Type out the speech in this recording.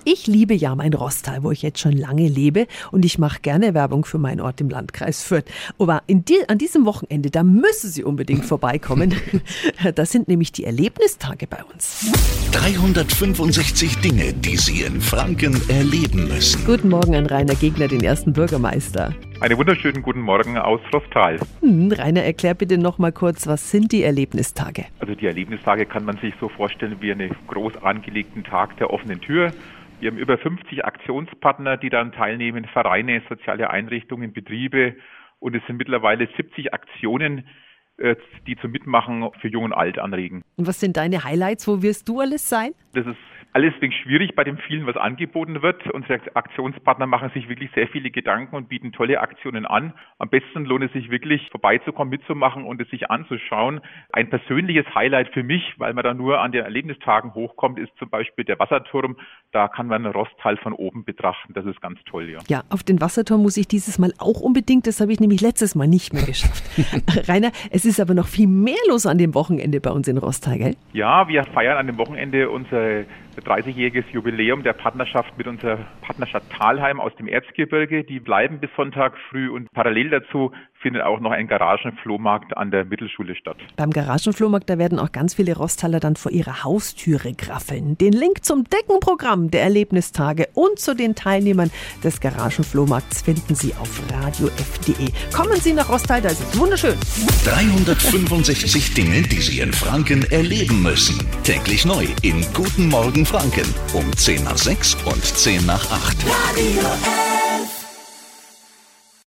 Ich liebe ja mein Roßtal, wo ich jetzt schon lange lebe, und ich mache gerne Werbung für meinen Ort im Landkreis Fürth. Aber an diesem Wochenende, da müssen Sie unbedingt vorbeikommen. Das sind nämlich die Erlebnistage bei uns. 365 Dinge, die Sie in Franken erleben müssen. Guten Morgen an Rainer Gegner, den ersten Bürgermeister. Einen wunderschönen guten Morgen aus Roßtal. Rainer, erklär bitte noch mal kurz, was sind die Erlebnistage? Also die Erlebnistage kann man sich so vorstellen wie einen groß angelegten Tag der offenen Tür. Wir haben über 50 Aktionspartner, die daran teilnehmen, Vereine, soziale Einrichtungen, Betriebe, und es sind mittlerweile 70 Aktionen, die zum Mitmachen für Jung und Alt anregen. Und was sind deine Highlights? Wo wirst du alles sein? Das ist alles ein wenig schwierig bei dem vielen, was angeboten wird. Unsere Aktionspartner machen sich wirklich sehr viele Gedanken und bieten tolle Aktionen an. Am besten lohnt es sich wirklich, vorbeizukommen, mitzumachen und es sich anzuschauen. Ein persönliches Highlight für mich, weil man da nur an den Erlebnistagen hochkommt, ist zum Beispiel der Wasserturm. Da kann man Roßtal von oben betrachten. Das ist ganz toll, ja. Ja, auf den Wasserturm muss ich dieses Mal auch unbedingt. Das habe ich nämlich letztes Mal nicht mehr geschafft. Rainer, es ist aber noch viel mehr los an dem Wochenende bei uns in Roßtal, gell? Ja, wir feiern an dem Wochenende unser 30-jähriges Jubiläum der Partnerschaft mit unserer Partnerstadt Thalheim aus dem Erzgebirge. Die bleiben bis Sonntag früh, und parallel dazu findet auch noch ein Garagenflohmarkt an der Mittelschule statt. Beim Garagenflohmarkt, da werden auch ganz viele Roßtaler dann vor ihrer Haustüre graffeln. Den Link zum Deckenprogramm der Erlebnistage und zu den Teilnehmern des Garagenflohmarkts finden Sie auf radiof.de. Kommen Sie nach Roßtal, da ist es wunderschön. 365 Dinge, die Sie in Franken erleben müssen. Täglich neu in Guten Morgen Franken um 10 nach 6 und 10 nach 8. Radio F.